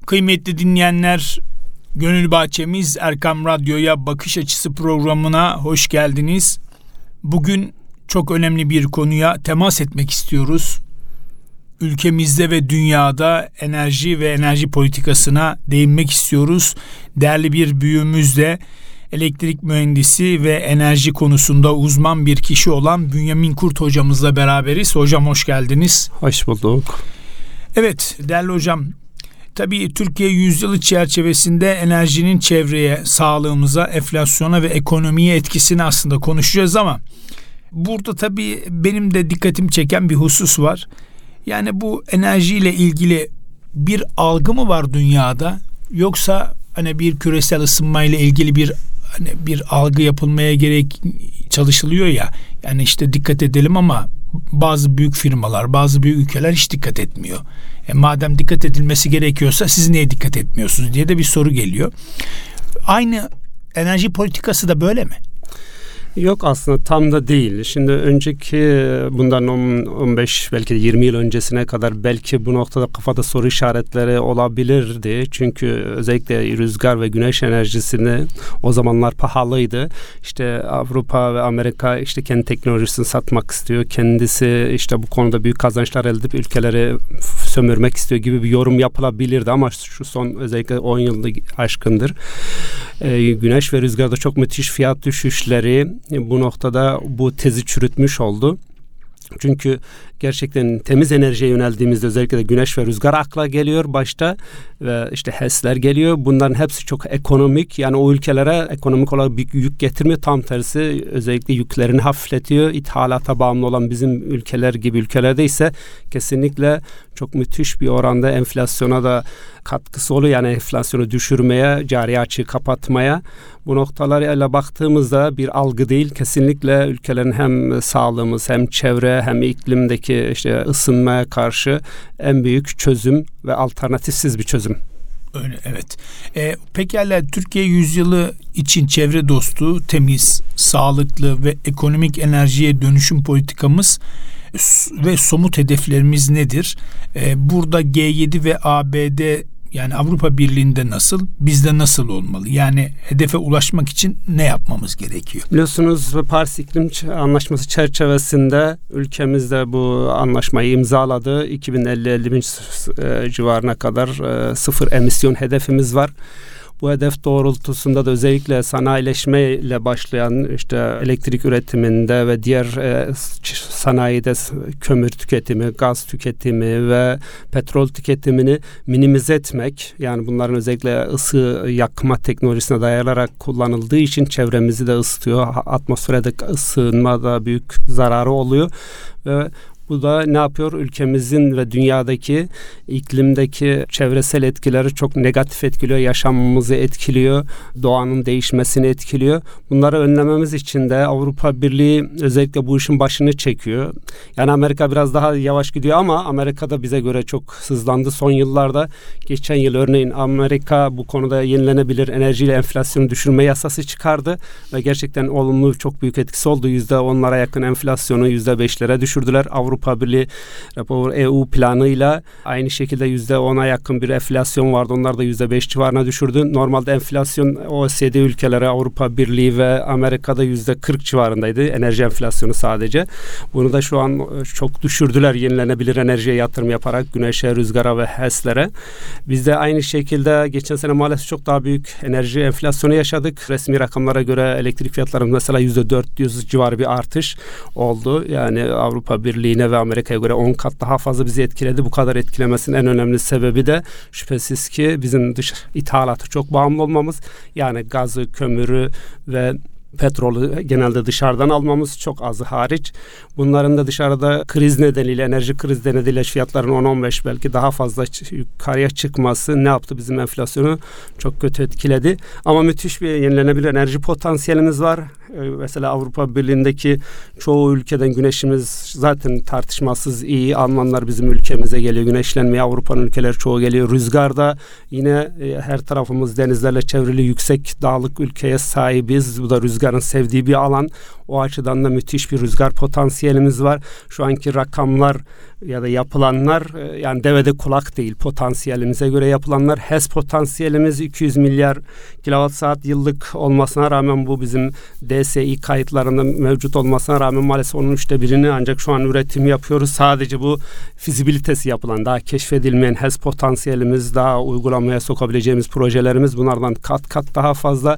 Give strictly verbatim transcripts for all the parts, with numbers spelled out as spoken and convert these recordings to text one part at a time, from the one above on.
Kıymetli dinleyenler, Gönül Bahçemiz Erkam Radyo'ya Bakış Açısı programına hoş geldiniz. Bugün çok önemli bir konuya temas etmek istiyoruz. Ülkemizde ve dünyada enerji ve enerji politikasına değinmek istiyoruz. Değerli bir büyüğümüzle elektrik mühendisi ve enerji konusunda uzman bir kişi olan Bünyamin Kurt hocamızla beraberiz. Hocam hoş geldiniz. Hoş bulduk. Evet değerli hocam, tabii Türkiye yüzyılı çerçevesinde enerjinin çevreye, sağlığımıza, enflasyona ve ekonomiye etkisini aslında konuşacağız ama burada tabii benim de dikkatimi çeken bir husus var. Yani bu enerjiyle ilgili bir algı mı var dünyada, yoksa hani bir küresel ısınmayla ilgili bir hani bir algı yapılmaya gerek çalışılıyor ya. Yani işte dikkat edelim ama bazı büyük firmalar, bazı büyük ülkeler hiç dikkat etmiyor. E madem dikkat edilmesi gerekiyorsa siz niye dikkat etmiyorsunuz diye de bir soru geliyor. Aynı enerji politikası da böyle mi? Yok, aslında tam da değil. Şimdi önceki bundan on on beş belki de yirmi yıl öncesine kadar belki bu noktada kafada soru işaretleri olabilirdi. Çünkü özellikle rüzgar ve güneş enerjisini o zamanlar pahalıydı. İşte Avrupa ve Amerika işte kendi teknolojisini satmak istiyor. Kendisi işte bu konuda büyük kazançlar elde edip ülkeleri sömürmek istiyor gibi bir yorum yapılabilirdi ama şu son özellikle on yılda aşkındır. Ee, güneş ve rüzgarda çok müthiş fiyat düşüşleri bu noktada bu tezi çürütmüş oldu. Çünkü gerçekten temiz enerjiye yöneldiğimizde özellikle de güneş ve rüzgar akla geliyor başta ve işte HES'ler geliyor. Bunların hepsi çok ekonomik, yani o ülkelere ekonomik olarak bir yük getirmiyor. Tam tersi özellikle yüklerini hafifletiyor. İthalata bağımlı olan bizim ülkeler gibi ülkelerde ise kesinlikle çok müthiş bir oranda enflasyona da katkısı oluyor. Yani enflasyonu düşürmeye, cari açığı kapatmaya. Bu noktalarla baktığımızda bir algı değil, kesinlikle ülkelerin hem sağlığımız hem çevre hem iklimdeki işte ısınmaya karşı en büyük çözüm ve alternatifsiz bir çözüm. Öyle, evet. E, pekala, Türkiye yüzyılı için çevre dostu, temiz, sağlıklı ve ekonomik enerjiye dönüşüm politikamız ve somut hedeflerimiz nedir? E, burada G yedi ve A B D, yani Avrupa Birliği'nde nasıl, bizde nasıl olmalı? Yani hedefe ulaşmak için ne yapmamız gerekiyor? Biliyorsunuz Paris İklim Anlaşması çerçevesinde ülkemizde bu anlaşmayı imzaladı. iki bin elli elli beş civarına kadar sıfır emisyon hedefimiz var. Bu hedef doğrultusunda da özellikle sanayileşmeyle başlayan işte elektrik üretiminde ve diğer e, sanayide kömür tüketimi, gaz tüketimi ve petrol tüketimini minimize etmek, yani bunların özellikle ısı yakma teknolojisine dayanarak kullanıldığı için çevremizi de ısıtıyor. Atmosfere de ısınmada büyük zararı oluyor ve bu da ne yapıyor? Ülkemizin ve dünyadaki iklimdeki çevresel etkileri çok negatif etkiliyor. Yaşamımızı etkiliyor. Doğanın değişmesini etkiliyor. Bunları önlememiz için de Avrupa Birliği özellikle bu işin başını çekiyor. Yani Amerika biraz daha yavaş gidiyor ama Amerika'da bize göre çok hızlandı son yıllarda. Geçen yıl örneğin Amerika bu konuda yenilenebilir enerjiyle enflasyonu düşürme yasası çıkardı ve gerçekten olumlu çok büyük etkisi oldu. yüzde onlara yakın enflasyonu yüzde beşlere düşürdüler. Avrupa Avrupa Birliği E U planıyla aynı şekilde yüzde ona yakın bir enflasyon vardı. Onlar da yüzde beş civarına düşürdü. Normalde enflasyon O E C D ülkeleri, Avrupa Birliği ve Amerika'da yüzde kırk civarındaydı. Enerji enflasyonu sadece. Bunu da şu an çok düşürdüler yenilenebilir enerjiye yatırım yaparak, güneşe, rüzgara ve HES'lere. Biz de aynı şekilde geçen sene maalesef çok daha büyük enerji enflasyonu yaşadık. Resmi rakamlara göre elektrik fiyatlarının mesela yüzde dört yüz civarı bir artış oldu. Yani Avrupa Birliği'ne ve Amerika'ya göre on kat daha fazla bizi etkiledi. Bu kadar etkilemesinin en önemli sebebi de şüphesiz ki bizim dış ithalatı çok bağımlı olmamız. Yani gazı, kömürü ve petrolü genelde dışarıdan almamız, çok azı hariç. Bunların da dışarıda kriz nedeniyle, enerji kriz nedeniyle fiyatların on on beş belki daha fazla yukarıya çıkması ne yaptı? Bizim enflasyonu çok kötü etkiledi. Ama müthiş bir yenilenebilir enerji potansiyelimiz var. Mesela Avrupa Birliği'ndeki çoğu ülkeden güneşimiz zaten tartışmasız iyi. Almanlar bizim ülkemize geliyor güneşlenmeye. Avrupa'nın ülkeleri çoğu geliyor. Rüzgarda yine her tarafımız denizlerle çevrili yüksek dağlık ülkeye sahibiz. Bu da rüzgarın sevdiği bir alan. O açıdan da müthiş bir rüzgar potansiyelimiz var. Şu anki rakamlar ya da yapılanlar yani devede kulak değil. Potansiyelimize göre yapılanlar. H E S potansiyelimiz iki yüz milyar kilowatt saat yıllık olmasına rağmen bu bizim D S İ kayıtlarında mevcut olmasına rağmen maalesef onun üçte birini ancak şu an üretim yapıyoruz. Sadece bu fizibilitesi yapılan daha keşfedilmeyen H E S potansiyelimiz, daha uygulamaya sokabileceğimiz projelerimiz bunlardan kat kat daha fazla.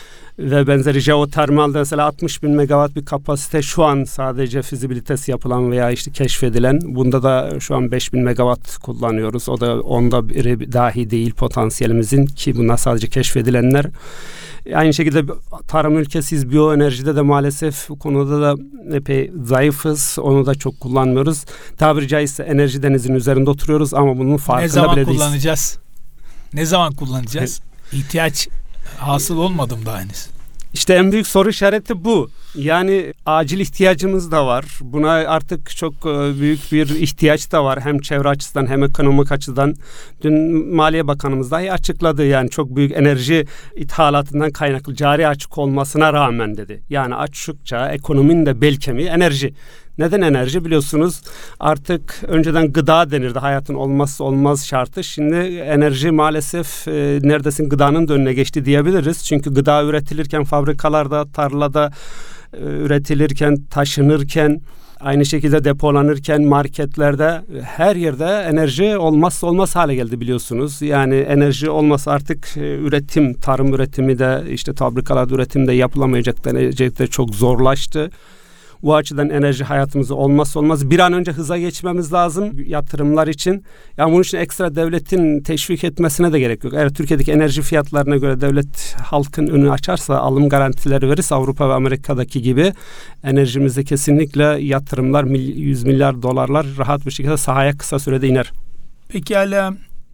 Ve benzeri jeotermalde mesela altmış bin megawatt bir kapasite şu an sadece fizibilitesi yapılan veya işte keşfedilen. Bunda da şu an beş bin megawatt kullanıyoruz. O da onda biri dahi değil potansiyelimizin ki bunlar sadece keşfedilenler. Aynı şekilde tarım ülkesiyiz. Biyoenerjide de maalesef bu konuda da epey zayıfız. Onu da çok kullanmıyoruz. Tabiri caizse enerji denizinin üzerinde oturuyoruz ama bunun farkında bile değiliz. Ne zaman kullanacağız? Ne zaman kullanacağız? İhtiyaç hasıl olmadım daha henüz. İşte en büyük soru işareti bu. Yani acil ihtiyacımız da var. Buna artık çok büyük bir ihtiyaç da var. Hem çevre açısından hem ekonomik açıdan. Dün Maliye Bakanımız dahi açıkladı. Yani çok büyük enerji ithalatından kaynaklı cari açık olmasına rağmen dedi. Yani açıkça ekonominin de bel kemiği enerji. Neden enerji? Biliyorsunuz artık önceden gıda denirdi. Hayatın olmazsa olmaz şartı. Şimdi enerji maalesef e, neredesin gıdanın da önüne geçti diyebiliriz. Çünkü gıda üretilirken fabrikalarda, tarlada e, üretilirken, taşınırken, aynı şekilde depolanırken marketlerde her yerde enerji olmazsa olmaz hale geldi biliyorsunuz. Yani enerji olmasa artık e, üretim, tarım üretimi de işte fabrikalarda üretim de yapılamayacak derecede çok zorlaştı. Bu açıdan enerji hayatımızda olmazsa olmaz. Bir an önce hıza geçmemiz lazım yatırımlar için. Yani bunun için ekstra devletin teşvik etmesine de gerek yok. Eğer Türkiye'deki enerji fiyatlarına göre devlet halkın önünü açarsa, alım garantileri verirse Avrupa ve Amerika'daki gibi enerjimizde kesinlikle yatırımlar yüz milyar dolarlar rahat bir şekilde sahaya kısa sürede iner. Peki hala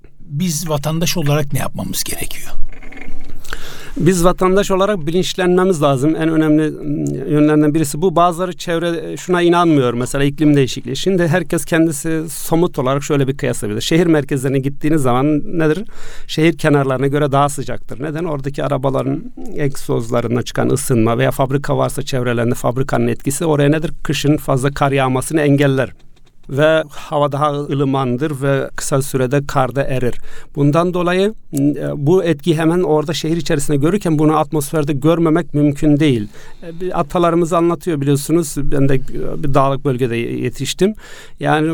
biz vatandaş olarak ne yapmamız gerekiyor? Biz vatandaş olarak bilinçlenmemiz lazım. En önemli yönlerinden birisi bu. Bazıları çevre şuna inanmıyor. Mesela iklim değişikliği. Şimdi herkes kendisi somut olarak şöyle bir kıyaslayabilir. Şehir merkezlerine gittiğiniz zaman nedir? Şehir kenarlarına göre daha sıcaktır. Neden? Oradaki arabaların egzozlarından çıkan ısınma veya fabrika varsa çevrelerinde fabrikanın etkisi oraya nedir? Kışın fazla kar yağmasını engeller. Ve hava daha ılımandır ve kısa sürede karda erir. Bundan dolayı bu etki hemen orada şehir içerisinde görürken bunu atmosferde görmemek mümkün değil. Atalarımız anlatıyor biliyorsunuz. Ben de bir dağlık bölgede yetiştim. Yani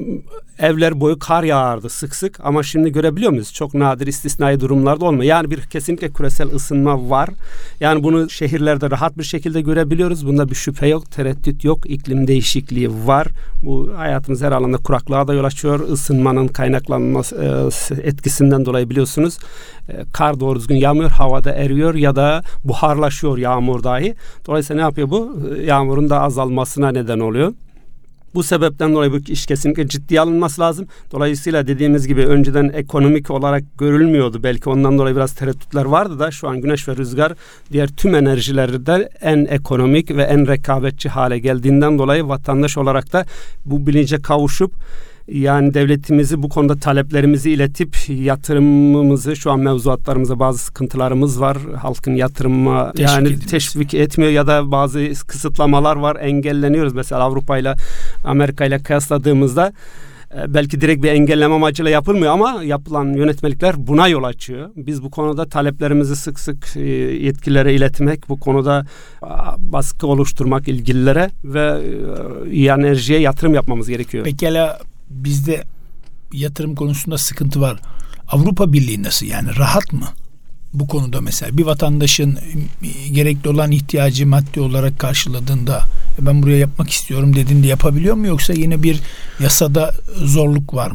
evler boyu kar yağardı sık sık ama şimdi görebiliyor muyuz? Çok nadir istisnai durumlarda olmuyor. Yani bir kesinlikle küresel ısınma var. Yani bunu şehirlerde rahat bir şekilde görebiliyoruz. Bunda bir şüphe yok, tereddüt yok. İklim değişikliği var. Bu hayatımız her alanda kuraklığa da yol açıyor. Isınmanın kaynaklanması etkisinden dolayı biliyorsunuz kar doğru düzgün yağmıyor, havada eriyor ya da buharlaşıyor yağmur dahi. Dolayısıyla ne yapıyor bu? Yağmurun da azalmasına neden oluyor. Bu sebepten dolayı bu iş kesinlikle ciddiye alınması lazım. Dolayısıyla dediğimiz gibi önceden ekonomik olarak görülmüyordu. Belki ondan dolayı biraz tereddütler vardı da şu an güneş ve rüzgar diğer tüm enerjilerde en ekonomik ve en rekabetçi hale geldiğinden dolayı vatandaş olarak da bu bilince kavuşup yani devletimizi bu konuda taleplerimizi iletip yatırımımızı şu an mevzuatlarımızda bazı sıkıntılarımız var. Halkın yatırıma teşvik yani edilmez. teşvik etmiyor ya da bazı kısıtlamalar var. Engelleniyoruz. Mesela Avrupa ile Amerika ile kıyasladığımızda belki direkt bir engelleme amacıyla yapılmıyor ama yapılan yönetmelikler buna yol açıyor. Biz bu konuda taleplerimizi sık sık yetkililere iletmek, bu konuda baskı oluşturmak ilgililere ve enerjiye yatırım yapmamız gerekiyor. Pekala bizde yatırım konusunda sıkıntı var. Avrupa Birliği nasıl yani rahat mı? Bu konuda mesela bir vatandaşın gerekli olan ihtiyacı maddi olarak karşıladığında ben buraya yapmak istiyorum dediğinde yapabiliyor mu yoksa yine bir yasada zorluk var mı?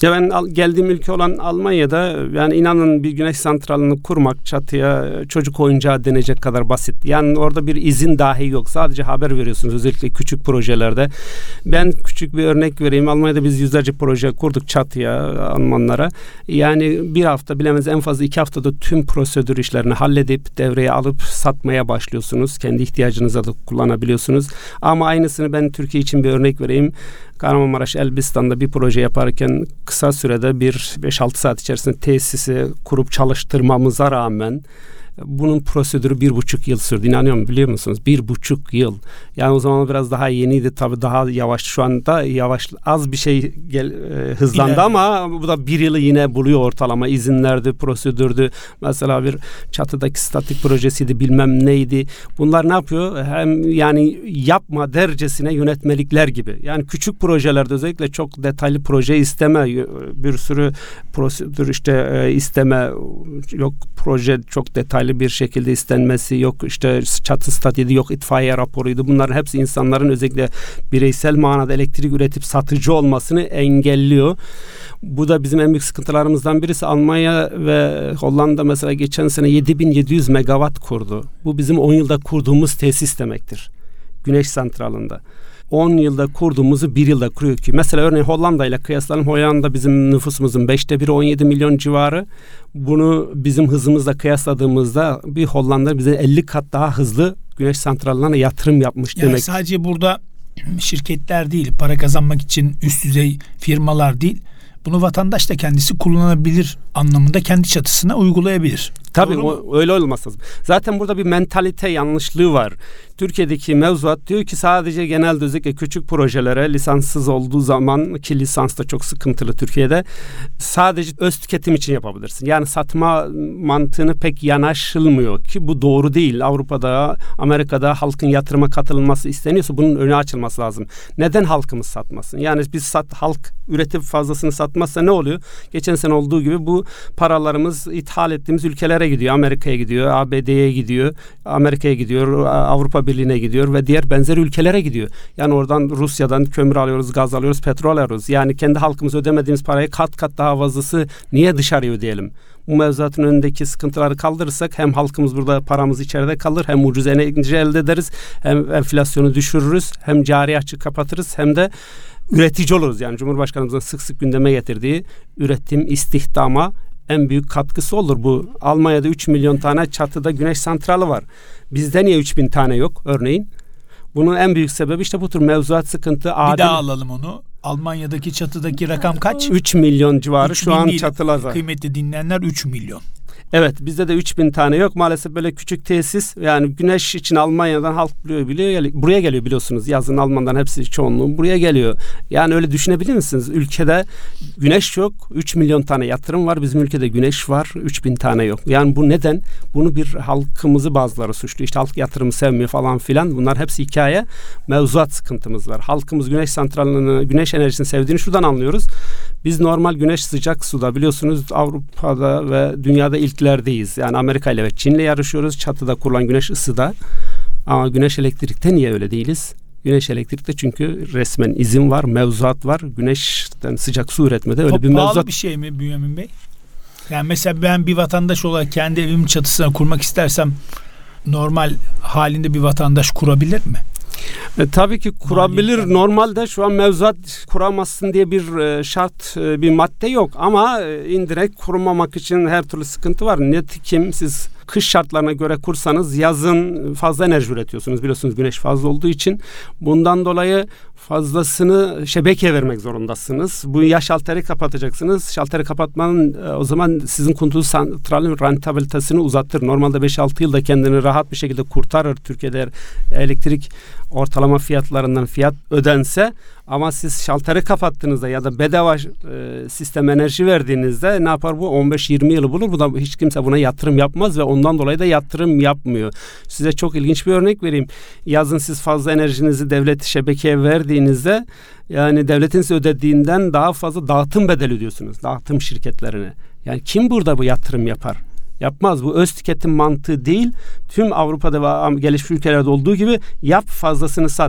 Ya ben al, geldiğim ülke olan Almanya'da yani inanın bir güneş santralini kurmak çatıya çocuk oyuncağı denecek kadar basit. Yani orada bir izin dahi yok. Sadece haber veriyorsunuz özellikle küçük projelerde. Ben küçük bir örnek vereyim. Almanya'da biz yüzlerce proje kurduk çatıya Almanlara. Yani bir hafta bilemez en fazla iki haftada tüm prosedür işlerini halledip devreye alıp satmaya başlıyorsunuz. Kendi ihtiyacınıza da kullanabiliyorsunuz. Ama aynısını ben Türkiye için bir örnek vereyim. Kahramanmaraş Elbistan'da bir proje yaparken kısa sürede bir beş altı saat içerisinde tesisi kurup çalıştırmamıza rağmen bunun prosedürü bir buçuk yıl sürdü. İnanıyor musunuz? Biliyor musunuz? Bir buçuk yıl. Yani o zaman biraz daha yeniydi tabii, daha yavaş. Şu anda yavaş, az bir şey gel, e, hızlandı İler. Ama bu da bir yılı yine buluyor ortalama. İzinlerdi, prosedürdü. Mesela bir çatıdaki statik projesiydi, bilmem neydi. Bunlar ne yapıyor? Hem yani yapma dercesine yönetmelikler gibi. Yani küçük projelerde özellikle çok detaylı proje isteme, bir sürü prosedür işte e, isteme, yok proje çok detaylı bir şekilde istenmesi, yok işte çatı statiydi, yok itfaiye raporuydu. Bunların hepsi insanların özellikle bireysel manada elektrik üretip satıcı olmasını engelliyor. Bu da bizim en büyük sıkıntılarımızdan birisi. Almanya ve Hollanda mesela geçen sene yedi bin yedi yüz megawatt kurdu. Bu bizim on yılda kurduğumuz tesis demektir. Güneş santralında. on yılda kurduğumuzu bir yılda kuruyor ki. Mesela örneğin Hollanda ile kıyaslayalım. Hollanda bizim nüfusumuzun beşte biri, on yedi milyon civarı. Bunu bizim hızımızla kıyasladığımızda bir Hollanda bize elli kat daha hızlı güneş santrallerine yatırım yapmış yani demek. Sadece burada şirketler değil, para kazanmak için üst düzey firmalar değil, bunu vatandaş da kendisi kullanabilir anlamında kendi çatısına uygulayabilir. Tabii o, öyle olmaz lazım. Zaten burada bir mentalite yanlışlığı var. Türkiye'deki mevzuat diyor ki sadece genelde özellikle küçük projelere lisanssız olduğu zaman, ki lisans da çok sıkıntılı Türkiye'de, sadece öz tüketim için yapabilirsin. Yani satma mantığını pek yanaşılmıyor ki bu doğru değil. Avrupa'da, Amerika'da halkın yatırıma katılması isteniyorsa bunun önü açılması lazım. Neden halkımız satmasın? Yani biz sat, halk üretip fazlasını satmazsa ne oluyor? Geçen sene olduğu gibi bu paralarımız ithal ettiğimiz ülkelere gidiyor. Amerika'ya gidiyor, A B D'ye gidiyor, Amerika'ya gidiyor, Avrupa Birliği'ne gidiyor ve diğer benzer ülkelere gidiyor. Yani oradan Rusya'dan kömür alıyoruz, gaz alıyoruz, petrol alıyoruz. Yani kendi halkımız ödemediğimiz parayı kat kat daha fazlası niye dışarıya ödeyelim? Bu mevzuatın önündeki sıkıntıları kaldırırsak hem halkımız burada, paramız içeride kalır, hem ucuz enerji elde ederiz, hem enflasyonu düşürürüz, hem cari açığı kapatırız, hem de üretici oluruz. Yani Cumhurbaşkanımızın sık sık gündeme getirdiği üretim, istihdama en büyük katkısı olur bu. Almanya'da üç milyon tane çatıda güneş santralı var. Bizde niye üç bin tane yok örneğin? Bunun en büyük sebebi işte bu tür mevzuat sıkıntı. Bir adil... daha alalım onu. Almanya'daki çatıdaki rakam kaç? üç milyon civarı üç şu an değil, çatılar var. Kıymetli dinleyenler, üç milyon. Evet, bizde de üç bin tane yok. Maalesef böyle küçük tesis, yani güneş için Almanya'dan halk biliyor, biliyor, buraya geliyor biliyorsunuz. Yazın Alman'dan hepsi, çoğunluğu buraya geliyor. Yani öyle düşünebilir misiniz? Ülkede güneş yok. üç milyon tane yatırım var. Bizim ülkede güneş var. üç bin tane yok. Yani bu neden? Bunu bir halkımızı bazıları suçluyor. İşte halk yatırımı sevmiyor falan filan. Bunlar hepsi hikaye. Mevzuat sıkıntımız var. Halkımız güneş santralini, güneş enerjisini sevdiğini şuradan anlıyoruz. Biz normal güneş sıcak suda biliyorsunuz Avrupa'da ve dünyada ilklerdeyiz. Yani Amerika ile ve Çin'le yarışıyoruz. Çatıda kurulan güneş ısıda. Ama güneş elektrikte niye öyle değiliz? Güneş elektrikte çünkü resmen izin var, mevzuat var. Güneşten sıcak su üretmede öyle Çok bir mevzuat. pahalı bir şey mi Bünyamin Bey? Yani mesela ben bir vatandaş olarak kendi evimin çatısına kurmak istersem normal halinde bir vatandaş kurabilir mi? E, tabii ki kurabilir. Maliyet. Normalde şu an mevzuat kuramazsın diye bir e, şart, e, bir madde yok. Ama e, indirekt kurmamak için her türlü sıkıntı var. Nitekim siz kış şartlarına göre kursanız yazın fazla enerji üretiyorsunuz. Biliyorsunuz güneş fazla olduğu için. Bundan dolayı fazlasını şebekeye vermek zorundasınız. Bu ya şalteri kapatacaksınız. Şalteri kapatmanın e, o zaman sizin kurduğunuz santralin rentabilitesini uzatır. Normalde beş altı yılda kendini rahat bir şekilde kurtarır. Türkiye'de elektrik ortalama fiyatlarından fiyat ödense, ama siz şalteri kapattığınızda ya da bedava e, sistem enerji verdiğinizde ne yapar bu? on beş yirmi yılı bulur. Bu da hiç kimse buna yatırım yapmaz ve ondan dolayı da yatırım yapmıyor. Size çok ilginç bir örnek vereyim. Yazın siz fazla enerjinizi devlet şebekeye verdiğinizde, yani devletin size ödediğinden daha fazla dağıtım bedeli ödüyorsunuz. Dağıtım şirketlerine. Yani kim burada bu yatırım yapar? Yapmaz. Bu öz tüketim mantığı değil. Tüm Avrupa'da ve gelişmiş ülkelerde olduğu gibi yap, fazlasını sat.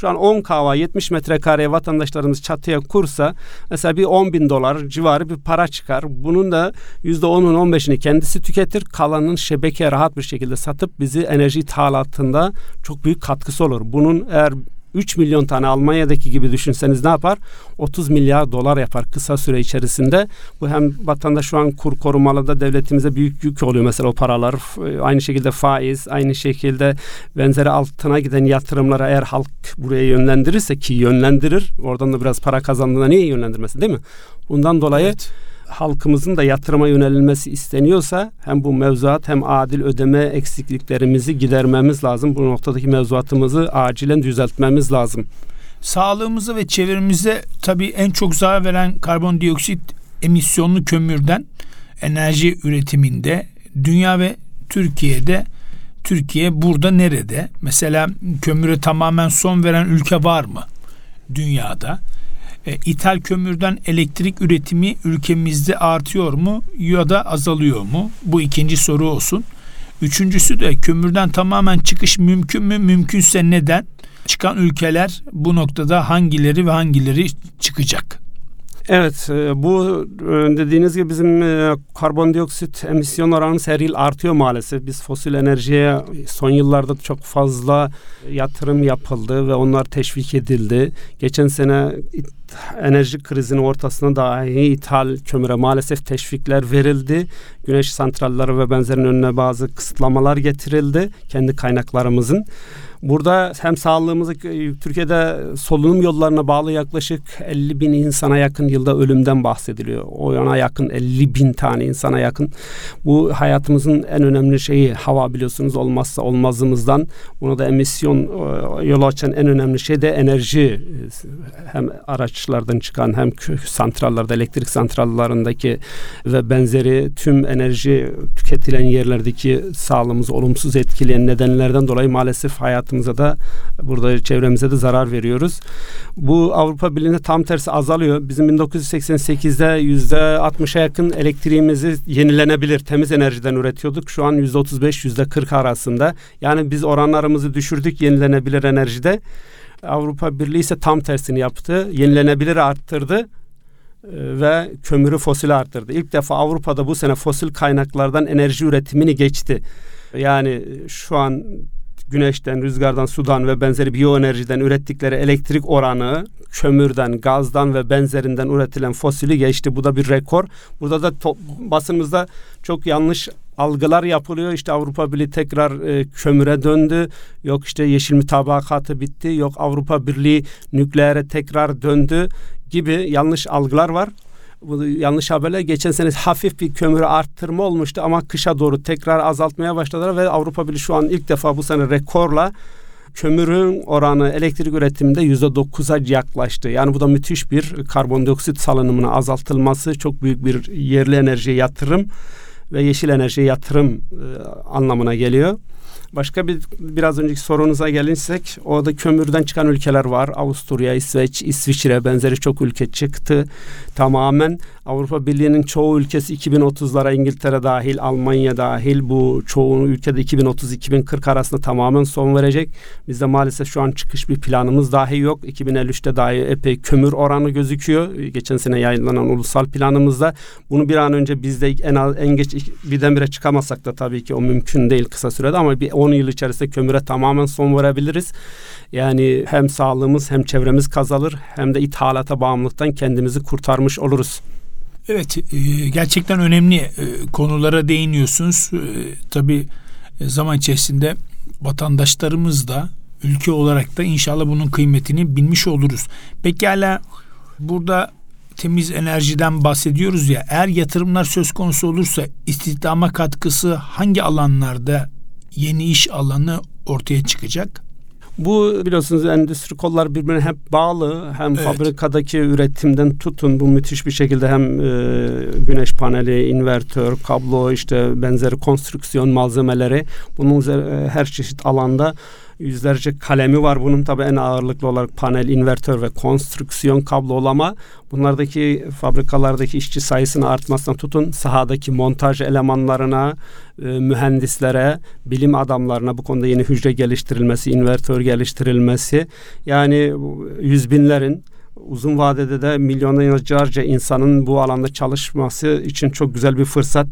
Şu an on kava yetmiş metrekareye vatandaşlarımız çatıya kursa mesela bir on bin dolar civarı bir para çıkar. Bunun da yüzde onun on beşini kendisi tüketir. Kalanın şebekeye rahat bir şekilde satıp bizi enerji ithalatında çok büyük katkısı olur. Bunun eğer üç milyon tane Almanya'daki gibi düşünseniz ne yapar? otuz milyar dolar yapar kısa süre içerisinde. Bu hem vatandaş şu an kur korumalı da devletimize büyük yük oluyor mesela o paralar. Aynı şekilde faiz, aynı şekilde benzeri altına giden yatırımlara eğer halk buraya yönlendirirse ki yönlendirir. Oradan da biraz para kazandığında niye yönlendirmesi değil mi? Bundan dolayı evet. Halkımızın da yatırıma yönelilmesi isteniyorsa hem bu mevzuat hem adil ödeme eksikliklerimizi gidermemiz lazım. Bu noktadaki mevzuatımızı acilen düzeltmemiz lazım. Sağlığımıza ve çevremize tabii en çok zarar veren karbondioksit emisyonlu kömürden enerji üretiminde dünya ve Türkiye'de Türkiye burada nerede? Mesela kömüre tamamen son veren ülke var mı dünyada? E, ithal kömürden elektrik üretimi ülkemizde artıyor mu ya da azalıyor mu? Bu ikinci soru olsun. Üçüncüsü de kömürden tamamen çıkış mümkün mü? Mümkünse neden? Çıkan ülkeler bu noktada hangileri ve hangileri çıkacak? Evet, bu dediğiniz gibi bizim karbondioksit emisyon oranımız her yıl artıyor maalesef. Biz fosil enerjiye son yıllarda çok fazla yatırım yapıldı ve onlar teşvik edildi. Geçen sene enerji krizinin ortasında dahi ithal kömüre maalesef teşvikler verildi. Güneş santralleri ve benzerinin önüne bazı kısıtlamalar getirildi kendi kaynaklarımızın. Burada hem sağlığımızı, Türkiye'de solunum yollarına bağlı yaklaşık elli bin insana yakın yılda ölümden bahsediliyor. O yana yakın elli bin tane insana yakın. Bu hayatımızın en önemli şeyi hava biliyorsunuz olmazsa olmazımızdan. Buna da emisyon yolu açan en önemli şey de enerji. Hem araçlardan çıkan hem santrallerde, elektrik santrallarındaki ve benzeri tüm enerji tüketilen yerlerdeki sağlığımızı olumsuz etkileyen nedenlerden dolayı maalesef hayat da burada çevremize de zarar veriyoruz. Bu Avrupa Birliği'nde tam tersi azalıyor. Bizim bin dokuz yüz seksen sekizde yüzde altmışa yakın elektriğimizi yenilenebilir temiz enerjiden üretiyorduk. Şu an yüzde otuz beş yüzde kırk arasında. Yani biz oranlarımızı düşürdük yenilenebilir enerjide. Avrupa Birliği ise tam tersini yaptı. Yenilenebilir arttırdı ve kömürü fosili arttırdı. İlk defa Avrupa'da bu sene fosil kaynaklardan enerji üretimini geçti. Yani şu an güneşten, rüzgardan, sudan ve benzeri biyoenerjiden ürettikleri elektrik oranı kömürden, gazdan ve benzerinden üretilen fosili geçti. Bu da bir rekor. Burada da to- basınımızda çok yanlış algılar yapılıyor. İşte Avrupa Birliği tekrar e, kömüre döndü. Yok işte yeşil mutabakatı bitti. Yok Avrupa Birliği nükleere tekrar döndü gibi yanlış algılar var. Bu yanlış haberler. Geçen sene hafif bir kömürü arttırma olmuştu ama kışa doğru tekrar azaltmaya başladılar ve Avrupa Birliği şu an ilk defa bu sene rekorla kömürün oranı elektrik üretiminde yüzde dokuza yaklaştı. Yani bu da müthiş bir karbondioksit salınımının azaltılması, çok büyük bir yerli enerjiye yatırım ve yeşil enerjiye yatırım e, anlamına geliyor. Başka bir biraz önceki sorunuza gelirsek, orada kömürden çıkan ülkeler var. Avusturya, İsveç, İsviçre benzeri çok ülke çıktı. Tamamen Avrupa Birliği'nin çoğu ülkesi iki bin otuzlara İngiltere dahil, Almanya dahil bu çoğu ülkede iki bin otuz iki bin kırk arasında tamamen son verecek. Bizde maalesef şu an çıkış bir planımız dahi yok. iki bin elli üçte dahi epey kömür oranı gözüküyor. Geçen sene yayınlanan ulusal planımızda. Bunu bir an önce bizde en az en geç birdenbire çıkamasak da tabii ki o mümkün değil kısa sürede ama bir on yıl içerisinde kömüre tamamen son verebiliriz. Yani hem sağlığımız hem çevremiz kazanır hem de ithalata bağımlılıktan kendimizi kurtarmış oluruz. Evet, gerçekten önemli konulara değiniyorsunuz. Tabii zaman içerisinde vatandaşlarımız da ülke olarak da inşallah bunun kıymetini bilmiş oluruz. Pekala, burada temiz enerjiden bahsediyoruz ya, eğer yatırımlar söz konusu olursa istihdama katkısı hangi alanlarda yeni iş alanı ortaya çıkacak? Bu biliyorsunuz endüstri kolları birbirine hep bağlı. Hem evet. Fabrikadaki üretimden tutun bu müthiş bir şekilde hem e, güneş paneli, invertör, kablo işte benzeri konstrüksiyon malzemeleri bunun üzeri, her çeşit alanda Yüzlerce kalemi var. Bunun tabii en ağırlıklı olarak panel, invertör ve konstrüksiyon, kablolama. Bunlardaki fabrikalardaki işçi sayısını artmasından tutun sahadaki montaj elemanlarına, e, mühendislere, bilim adamlarına bu konuda yeni hücre geliştirilmesi, invertör geliştirilmesi. Yani yüz binlerin, uzun vadede de milyonlarca insanın bu alanda çalışması için çok güzel bir fırsat.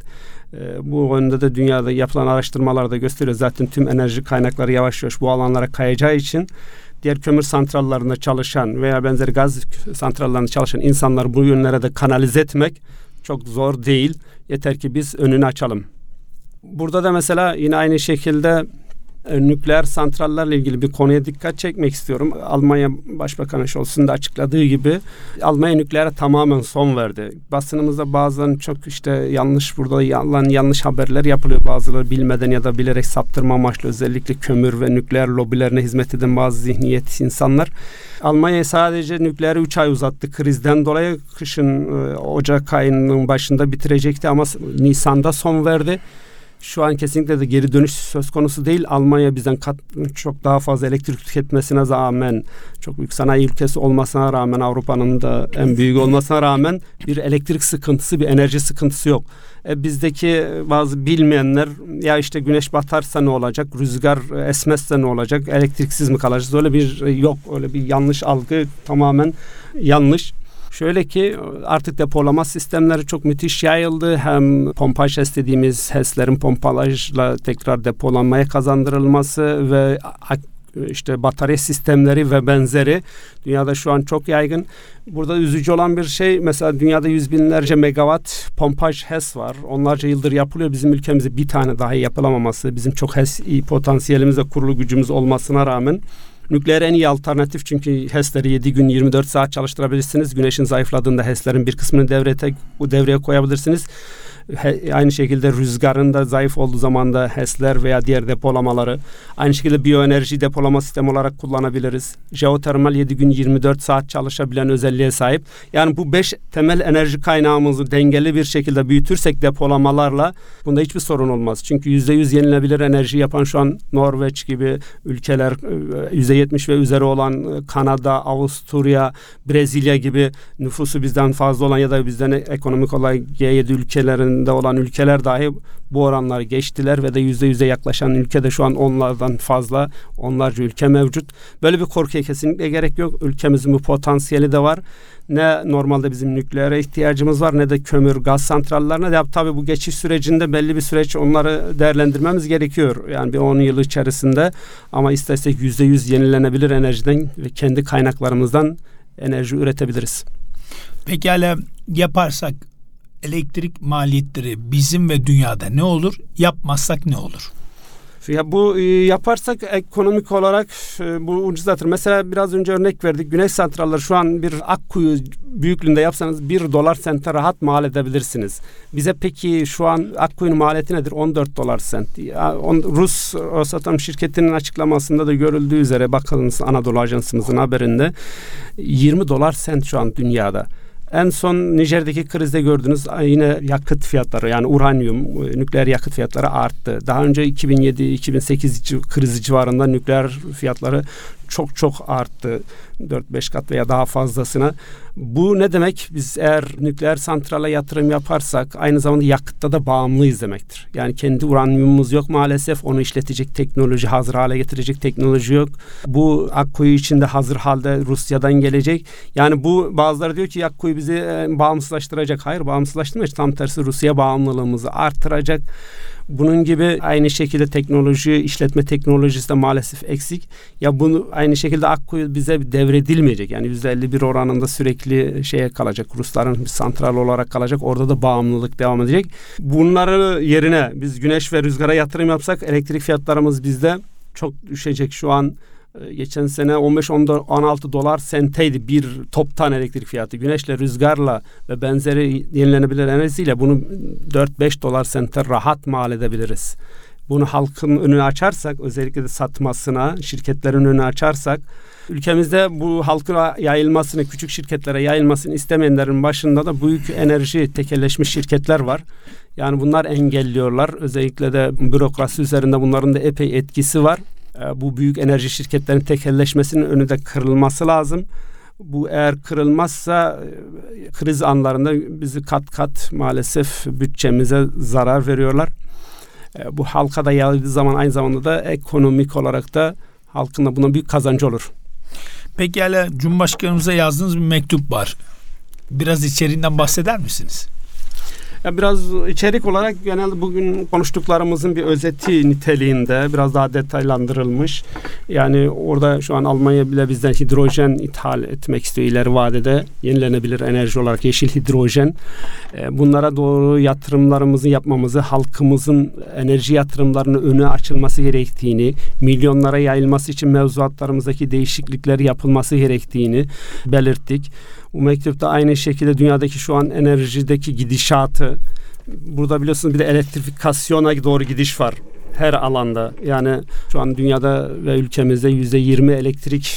Bu yönde de dünyada yapılan araştırmalar da gösteriyor. Zaten tüm enerji kaynakları yavaş yavaş bu alanlara kayacağı için diğer kömür santrallerinde çalışan veya benzeri gaz santrallerinde çalışan insanlar bu yönlere de kanalize etmek çok zor değil. Yeter ki biz önünü açalım. Burada da mesela yine aynı şekilde nükleer santrallerle ilgili bir konuya dikkat çekmek istiyorum. Almanya Başbakanı Scholz'un da açıkladığı gibi Almanya nükleere tamamen son verdi. Basınımızda bazen çok işte yanlış burada yalan yanlış haberler yapılıyor. Bazıları bilmeden ya da bilerek saptırma amaçlı özellikle kömür ve nükleer lobilerine hizmet eden bazı zihniyet insanlar. Almanya sadece nükleeri üç ay uzattı krizden dolayı. Kışın Ocak ayının başında bitirecekti ama Nisan'da son verdi. Şu an kesinlikle de geri dönüş söz konusu değil. Almanya bizden kat, çok daha fazla elektrik tüketmesine rağmen, çok büyük sanayi ülkesi olmasına rağmen, Avrupa'nın da en büyük olmasına rağmen bir elektrik sıkıntısı, bir enerji sıkıntısı yok. E, bizdeki bazı bilmeyenler ya işte güneş batarsa ne olacak, rüzgar esmezse ne olacak, elektriksiz mi kalacağız? Öyle bir yok, öyle bir yanlış algı, tamamen yanlış. Şöyle ki artık depolama sistemleri çok müthiş yayıldı. Hem pompaj HES dediğimiz HES'lerin pompajla tekrar depolanmaya kazandırılması ve işte batarya sistemleri ve benzeri dünyada şu an çok yaygın. Burada üzücü olan bir şey, mesela dünyada yüz binlerce megawatt pompaj HES var. Onlarca yıldır yapılıyor. Bizim ülkemizde bir tane dahi yapılamaması, bizim çok HES potansiyelimiz ve kurulu gücümüz olmasına rağmen nükleer en iyi alternatif, çünkü HES'leri yedi gün yirmi dört saat çalıştırabilirsiniz. Güneşin zayıfladığında HES'lerin bir kısmını devreye, bu devreye koyabilirsiniz. He, aynı şekilde rüzgarın da zayıf olduğu zaman da HES'ler veya diğer depolamaları. Aynı şekilde biyoenerji depolama sistemi olarak kullanabiliriz. Jeotermal yedi gün yirmi dört saat çalışabilen özelliğe sahip. Yani bu beş temel enerji kaynağımızı dengeli bir şekilde büyütürsek depolamalarla bunda hiçbir sorun olmaz. Çünkü yüzde yüz yenilebilir enerji yapan şu an Norveç gibi ülkeler, yüzde yetmiş ve üzeri olan Kanada, Avusturya, Brezilya gibi nüfusu bizden fazla olan ya da bizden ekonomik olarak G yedi ülkelerin de olan ülkeler dahi bu oranları geçtiler ve de yüzde yüze yaklaşan ülkede şu an onlardan fazla, onlarca ülke mevcut. Böyle bir korkuya kesinlikle gerek yok. Ülkemizin bu potansiyeli de var. Ne normalde bizim nükleere ihtiyacımız var ne de kömür, gaz santrallerine. Ya, tabii bu geçiş sürecinde belli bir süreç onları değerlendirmemiz gerekiyor. Yani bir on yıl içerisinde, ama istersek yüzde yüz yenilenebilir enerjiden ve kendi kaynaklarımızdan enerji üretebiliriz. Pekala, yaparsak elektrik maliyetleri bizim ve dünyada ne olur? Yapmazsak ne olur? Ya bu yaparsak ekonomik olarak bu ucuzlatır. Mesela biraz önce örnek verdik. Güneş santralleri şu an bir Akkuyu büyüklüğünde yapsanız bir dolar sente rahat mal edebilirsiniz. Bize peki şu an Akkuyu'nun maliyeti nedir? on dört dolar sent. Rus Rosatom şirketinin açıklamasında da görüldüğü üzere, bakınız Anadolu Ajansımızın haberinde, yirmi dolar sent şu an dünyada. En son Nijer'deki krizde gördünüz, yine yakıt fiyatları, yani uranyum, nükleer yakıt fiyatları arttı. Daha önce iki bin yedi iki bin sekiz krizi civarında nükleer fiyatları çok çok arttı. dört beş kat veya daha fazlasına. Bu ne demek? Biz eğer nükleer santrale yatırım yaparsak aynı zamanda yakıtta da bağımlıyız demektir. Yani kendi uranyumumuz yok maalesef. Onu işletecek teknoloji, hazır hale getirecek teknoloji yok. Bu Akkuyu içinde hazır halde Rusya'dan gelecek. Yani bu, bazıları diyor ki Akkuyu bizi e, bağımsızlaştıracak. Hayır, bağımsızlaştırmayacak. Tam tersi Rusya bağımlılığımızı artıracak. Bunun gibi aynı şekilde teknoloji, işletme teknolojisi de maalesef eksik. Ya bunu aynı şekilde Akkuyu bize devredilmeyecek. Yani yüzde elli bir oranında sürekli şeye kalacak. Rusların bir santral olarak kalacak. Orada da bağımlılık devam edecek. Bunları yerine biz güneş ve rüzgara yatırım yapsak elektrik fiyatlarımız bizde çok düşecek. Şu an geçen sene on beş on altı dolar senteydi bir toptan elektrik fiyatı. Güneşle, rüzgarla ve benzeri yenilenebilir enerjiyle bunu dört beş dolar sente rahat mal edebiliriz. Bunu halkın önünü açarsak, özellikle de satmasına, şirketlerin önünü açarsak, ülkemizde bu halkın yayılmasını, küçük şirketlere yayılmasını istemeyenlerin başında da büyük enerji tekelleşmiş şirketler var. Yani bunlar engelliyorlar. Özellikle de bürokrasi üzerinde bunların da epey etkisi var. Bu büyük enerji şirketlerinin tekelleşmesinin önü de kırılması lazım. Bu eğer kırılmazsa kriz anlarında bizi kat kat maalesef bütçemize zarar veriyorlar. Bu halka da yayıldığı zaman aynı zamanda da ekonomik olarak da halkın da buna büyük kazancı olur. Peki hala Cumhurbaşkanımıza yazdığınız bir mektup var. Biraz içeriğinden bahseder misiniz? Ya biraz içerik olarak genelde bugün konuştuklarımızın bir özeti niteliğinde biraz daha detaylandırılmış. Yani orada şu an Almanya bile bizden hidrojen ithal etmek istiyor ileri vadede. Yenilenebilir enerji olarak yeşil hidrojen. Bunlara doğru yatırımlarımızı yapmamızı, halkımızın enerji yatırımlarının önü açılması gerektiğini, milyonlara yayılması için mevzuatlarımızdaki değişiklikler yapılması gerektiğini belirttik. Bu mektupta aynı şekilde dünyadaki şu an enerjideki gidişatı, burada biliyorsunuz bir de elektrifikasyona doğru gidiş var her alanda. Yani şu an dünyada ve ülkemizde yüzde yirmi elektrik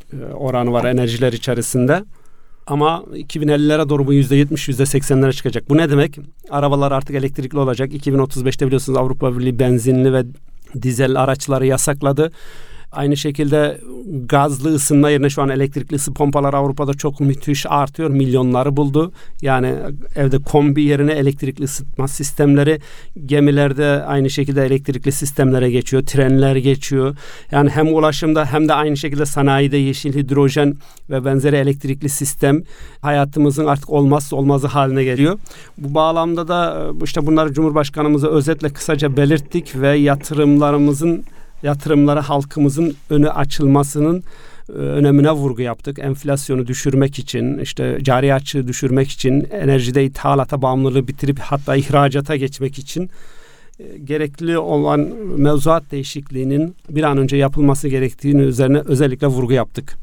oranı var enerjiler içerisinde. Ama iki bin ellilere doğru bu yüzde yetmiş, yüzde seksenlere çıkacak. Bu ne demek? Arabalar artık elektrikli olacak. iki bin otuz beşte biliyorsunuz Avrupa Birliği benzinli ve dizel araçları yasakladı. Aynı şekilde gazlı ısınma yerine şu an elektrikli ısı pompaları Avrupa'da çok müthiş artıyor. Milyonları buldu. Yani evde kombi yerine elektrikli ısıtma sistemleri, gemilerde aynı şekilde elektrikli sistemlere geçiyor. Trenler geçiyor. Yani hem ulaşımda hem de aynı şekilde sanayide yeşil hidrojen ve benzeri elektrikli sistem hayatımızın artık olmazsa olmazı haline geliyor. Bu bağlamda da işte bunları Cumhurbaşkanımıza özetle kısaca belirttik ve yatırımlarımızın yatırımlara halkımızın önü açılmasının e, önemine vurgu yaptık. Enflasyonu düşürmek için, işte cari açığı düşürmek için, enerjide ithalata bağımlılığı bitirip hatta ihracata geçmek için e, gerekli olan mevzuat değişikliğinin bir an önce yapılması gerektiğini üzerine özellikle vurgu yaptık.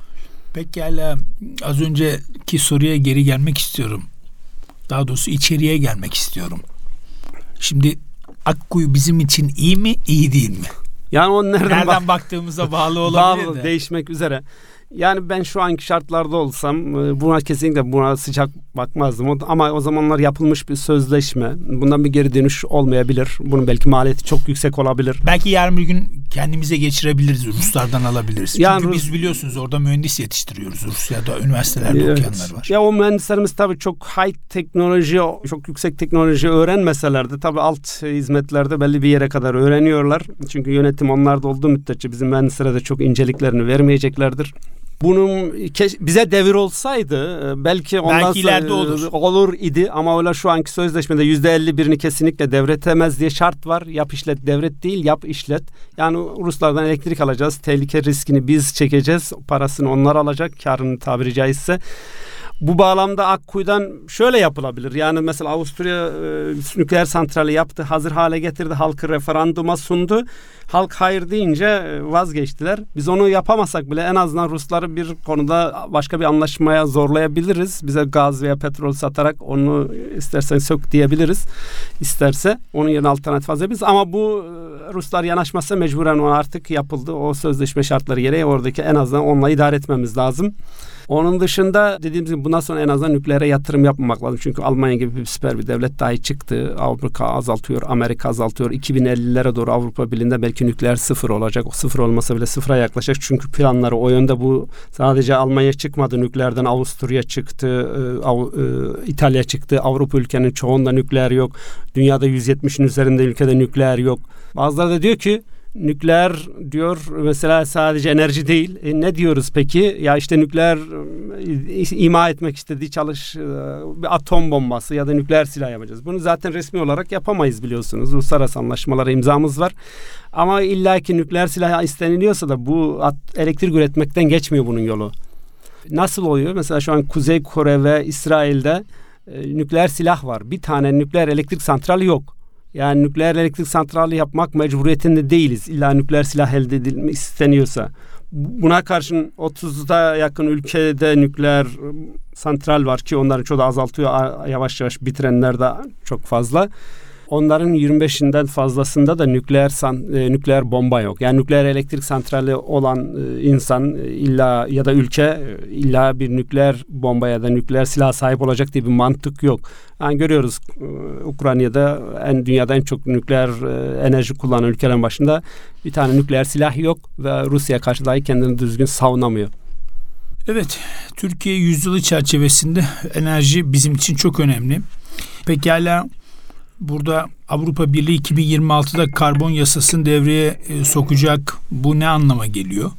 Pekala, az önceki soruya geri gelmek istiyorum. Daha doğrusu içeriye gelmek istiyorum. Şimdi Akkuyu bizim için iyi mi, iyi değil mi? Yani o nereden, nereden bak- baktığımıza bağlı olabilir bağlı, de. Değişmek üzere. Yani ben şu anki şartlarda olsam buna kesinlikle buna sıcak bakmazdım. Ama o zamanlar yapılmış bir sözleşme. Bundan bir geri dönüş olmayabilir. Bunun belki maliyeti çok yüksek olabilir. Belki yarın bir gün kendimize geçirebiliriz. Ruslardan alabiliriz. Yani Çünkü Rus... biz biliyorsunuz orada mühendis yetiştiriyoruz. Rusya'da üniversitelerde evet. okuyanlar var. Ya o mühendislerimiz tabii çok high teknoloji, çok yüksek teknoloji öğrenmeseler de tabii alt hizmetlerde belli bir yere kadar öğreniyorlar. Çünkü yönetim onlarda olduğu müddetçe bizim mühendislere de çok inceliklerini vermeyeceklerdir. Bunun bize devir olsaydı belki ondan belki ileride olur. olur idi ama öyle şu anki sözleşmede yüzde elli birini kesinlikle devretemez diye şart var. Yap işlet devret değil, yap işlet. Yani Ruslardan elektrik alacağız. Tehlike riskini biz çekeceğiz. Parasını onlar alacak. Karını tabiri caizse. Bu bağlamda Akkuyu'dan şöyle yapılabilir. Yani mesela Avusturya e, nükleer santrali yaptı, hazır hale getirdi, halkı referanduma sundu. Halk hayır deyince vazgeçtiler. Biz onu yapamasak bile en azından Rusları bir konuda başka bir anlaşmaya zorlayabiliriz. Bize gaz veya petrol satarak onu istersen sök diyebiliriz. İsterse onun yerine alternatif hazırlayabiliriz. Ama bu Ruslar yanaşmazsa mecburen o artık yapıldı. O sözleşme şartları gereği oradaki en azından onunla idare etmemiz lazım. Onun dışında dediğimiz gibi bundan sonra en azından nükleere yatırım yapmamak lazım. Çünkü Almanya gibi bir süper bir devlet dahi çıktı. Avrupa azaltıyor, Amerika azaltıyor. iki bin ellilere doğru Avrupa Birliği'nde belki nükleer sıfır olacak. O sıfır olmasa bile sıfıra yaklaşacak. Çünkü planları o yönde. Bu sadece Almanya çıkmadı nükleerden. Avusturya çıktı, İtalya çıktı. Avrupa ülkenin çoğunda nükleer yok. Dünyada yüz yetmişin üzerinde ülkede nükleer yok. Bazıları da diyor ki nükleer diyor mesela sadece enerji değil. E ne diyoruz peki? Ya işte nükleer e, ima etmek istediği çalış e, bir atom bombası ya da nükleer silah yapacağız. Bunu zaten resmi olarak yapamayız biliyorsunuz. Uluslararası anlaşmalara imzamız var. Ama illaki nükleer silah isteniliyorsa da bu at, elektrik üretmekten geçmiyor bunun yolu. Nasıl oluyor? Mesela şu an Kuzey Kore ve İsrail'de e, nükleer silah var. Bir tane nükleer elektrik santrali yok. Yani nükleer elektrik santrali yapmak mecburiyetinde değiliz. İlla nükleer silah elde edilmek isteniyorsa. Buna karşın otuzda yakın ülkede nükleer santral var ki onların çoğu da azaltıyor. Yavaş yavaş bitirenler de çok fazla. Onların yirmi beşinden fazlasında da nükleer san, e, nükleer bomba yok. Yani nükleer elektrik santrali olan e, insan e, illa ya da ülke e, illa bir nükleer bomba ya da nükleer silah sahip olacak diye bir mantık yok. Yani görüyoruz e, Ukrayna'da en dünyada en çok nükleer e, enerji kullanan ülkelerin başında bir tane nükleer silah yok ve Rusya'ya karşı dahi kendini düzgün savunamıyor. Evet, Türkiye yüzyılı çerçevesinde enerji bizim için çok önemli. Pekala, burada Avrupa Birliği iki bin yirmi altıda karbon yasasını devreye e, sokacak. Bu ne anlama geliyor?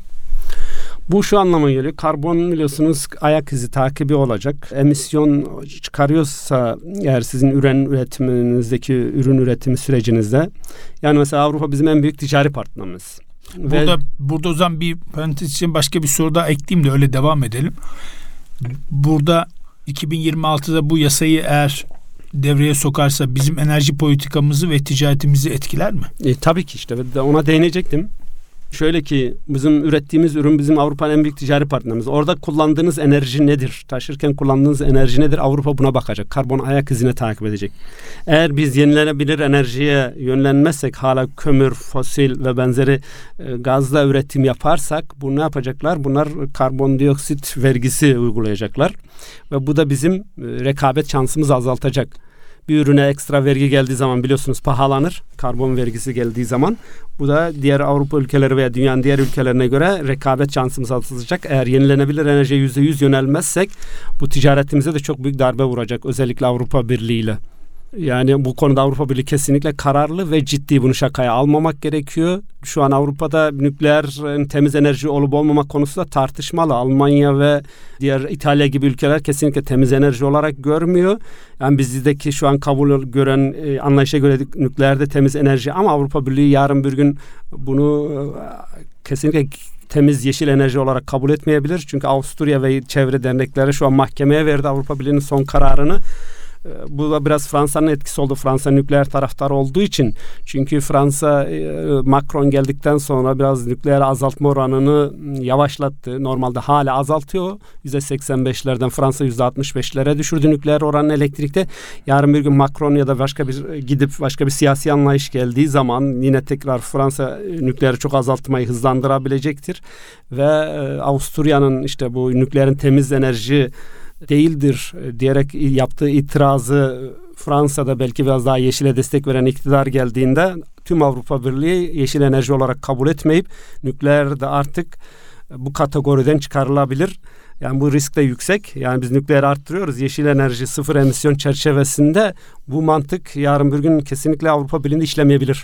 Bu şu anlama geliyor. Karbon biliyorsunuz ayak izi takibi olacak. Emisyon çıkarıyorsa eğer sizin ürün üretiminizdeki ürün üretimi sürecinizde. Yani mesela Avrupa bizim en büyük ticari partnerimiz. Burada, Ve, burada o zaman bir parantez için başka bir soru daha ekleyeyim de öyle devam edelim. Burada iki bin yirmi altıda bu yasayı eğer devreye sokarsa bizim enerji politikamızı ve ticaretimizi etkiler mi? E, tabii ki işte ona değinecektim. Şöyle ki bizim ürettiğimiz ürün bizim Avrupa'nın en büyük ticari partnerimiz. Orada kullandığınız enerji nedir? Taşırken kullandığınız enerji nedir? Avrupa buna bakacak. Karbon ayak izine takip edecek. Eğer biz yenilenebilir enerjiye yönlenmezsek hala kömür, fosil ve benzeri e, gazla üretim yaparsak bunu ne yapacaklar? Bunlar karbondioksit vergisi uygulayacaklar. Ve bu da bizim e, rekabet şansımızı azaltacak. Bir ürüne ekstra vergi geldiği zaman biliyorsunuz pahalanır. Karbon vergisi geldiği zaman. Bu da diğer Avrupa ülkeleri veya dünyanın diğer ülkelerine göre rekabet şansımız azaltacak. Eğer yenilenebilir enerjiye yüzde yüz yönelmezsek bu ticaretimize de çok büyük darbe vuracak. Özellikle Avrupa Birliği ile. Yani bu konuda Avrupa Birliği kesinlikle kararlı ve ciddi, bunu şakaya almamak gerekiyor. Şu an Avrupa'da nükleer temiz enerji olup olmamak konusu da tartışmalı. Almanya ve diğer İtalya gibi ülkeler kesinlikle temiz enerji olarak görmüyor. Yani bizdeki şu an kabul gören e, anlayışa göre nükleerde temiz enerji, ama Avrupa Birliği yarın bir gün bunu e, kesinlikle temiz yeşil enerji olarak kabul etmeyebilir. Çünkü Avusturya ve çevre dernekleri şu an mahkemeye verdi Avrupa Birliği'nin son kararını. Bu da biraz Fransa'nın etkisi oldu. Fransa nükleer taraftarı olduğu için. Çünkü Fransa Macron geldikten sonra biraz nükleer azaltma oranını yavaşlattı. Normalde hala azaltıyor. yüzde seksen beşlerden Fransa yüzde altmış beşlere düşürdü nükleer oranını elektrikte. Yarın bir gün Macron ya da başka bir gidip başka bir siyasi anlayış geldiği zaman yine tekrar Fransa nükleeri çok azaltmayı hızlandırabilecektir. Ve Avusturya'nın işte bu nükleerin temiz enerji değildir diyerek yaptığı itirazı Fransa'da belki biraz daha yeşile destek veren iktidar geldiğinde tüm Avrupa Birliği yeşil enerji olarak kabul etmeyip nükleer de artık bu kategoriden çıkarılabilir. Yani bu risk de yüksek. Yani biz nükleeri arttırıyoruz. Yeşil enerji, sıfır emisyon çerçevesinde bu mantık yarın bir gün kesinlikle Avrupa Birliği'nde işlemeyebilir.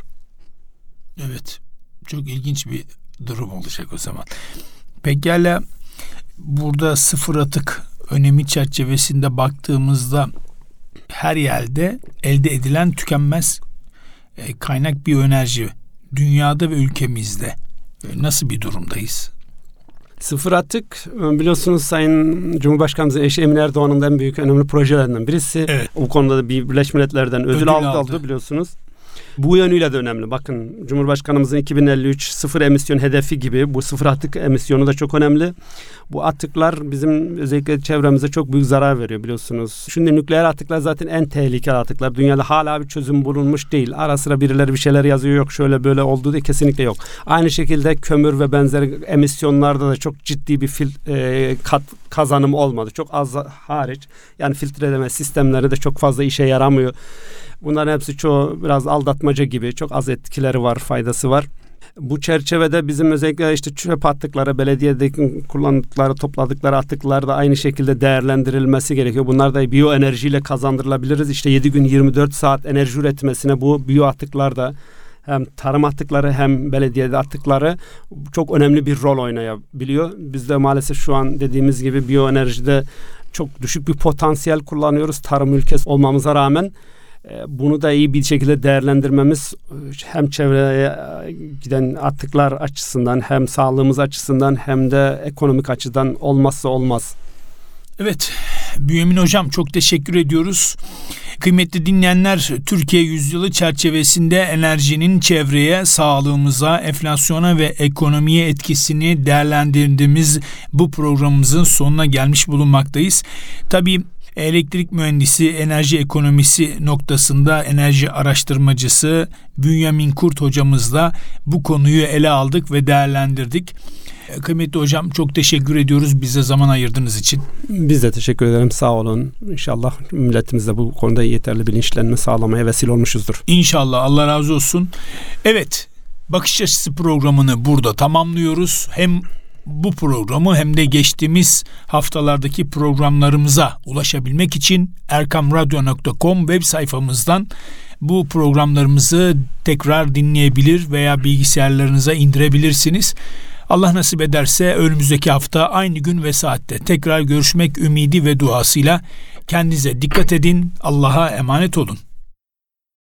Evet. Çok ilginç bir durum olacak o zaman. Pekala, burada sıfır atık önemi çerçevesinde baktığımızda her yerde elde edilen tükenmez e, kaynak bir enerji. Dünyada ve ülkemizde e, nasıl bir durumdayız? Sıfır atık biliyorsunuz Sayın Cumhurbaşkanımızın eşi Emine Erdoğan'ın en büyük önemli projelerinden birisi. Evet. Bu konuda da bir Birleşmiş Milletler'den ödül, ödül aldı, aldı biliyorsunuz. Bu yönüyle de önemli. Bakın Cumhurbaşkanımızın iki bin elli üç sıfır emisyon hedefi gibi bu sıfır atık emisyonu da çok önemli. Bu atıklar bizim özellikle çevremize çok büyük zarar veriyor biliyorsunuz. Şimdi nükleer atıklar zaten en tehlikeli atıklar. Dünyada hala bir çözüm bulunmuş değil. Ara sıra birileri bir şeyler yazıyor, yok şöyle böyle olduğu diye kesinlikle yok. Aynı şekilde kömür ve benzeri emisyonlarda da çok ciddi bir fil, e, kat, kazanım olmadı. Çok az hariç. Yani filtreleme sistemleri de çok fazla işe yaramıyor. Bunların hepsi çoğu biraz aldatmaca gibi. Çok az etkileri var, faydası var. Bu çerçevede bizim özellikle işte çöp atıkları, belediyedeki kullandıkları, topladıkları atıklar da aynı şekilde değerlendirilmesi gerekiyor. Bunlar da biyoenerjiyle kazandırılabiliriz. İşte yedi gün yirmi dört saat enerji üretmesine bu biyo atıklar da hem tarım atıkları hem belediyede atıkları çok önemli bir rol oynayabiliyor. Biz de maalesef şu an dediğimiz gibi biyoenerjide çok düşük bir potansiyel kullanıyoruz tarım ülkesi olmamıza rağmen. Bunu da iyi bir şekilde değerlendirmemiz hem çevreye giden atıklar açısından hem sağlığımız açısından hem de ekonomik açıdan olmazsa olmaz. Evet, Bünyamin Hocam çok teşekkür ediyoruz. Kıymetli dinleyenler, Türkiye Yüzyılı çerçevesinde enerjinin çevreye, sağlığımıza, enflasyona ve ekonomiye etkisini değerlendirdiğimiz bu programımızın sonuna gelmiş bulunmaktayız. Tabii elektrik mühendisi, enerji ekonomisi noktasında enerji araştırmacısı Bünyamin Kurt hocamızla bu konuyu ele aldık ve değerlendirdik. Kıymetli hocam, çok teşekkür ediyoruz bize zaman ayırdığınız için. Biz de teşekkür ederim, sağ olun. İnşallah milletimizde bu konuda yeterli bilinçlenme sağlamaya vesile olmuşuzdur. İnşallah, Allah razı olsun. Evet, Bakış Açısı programını burada tamamlıyoruz. Hem bu programı hem de geçtiğimiz haftalardaki programlarımıza ulaşabilmek için erkam radyo nokta com web sayfamızdan bu programlarımızı tekrar dinleyebilir veya bilgisayarlarınıza indirebilirsiniz. Allah nasip ederse önümüzdeki hafta aynı gün ve saatte tekrar görüşmek ümidi ve duasıyla kendinize dikkat edin. Allah'a emanet olun.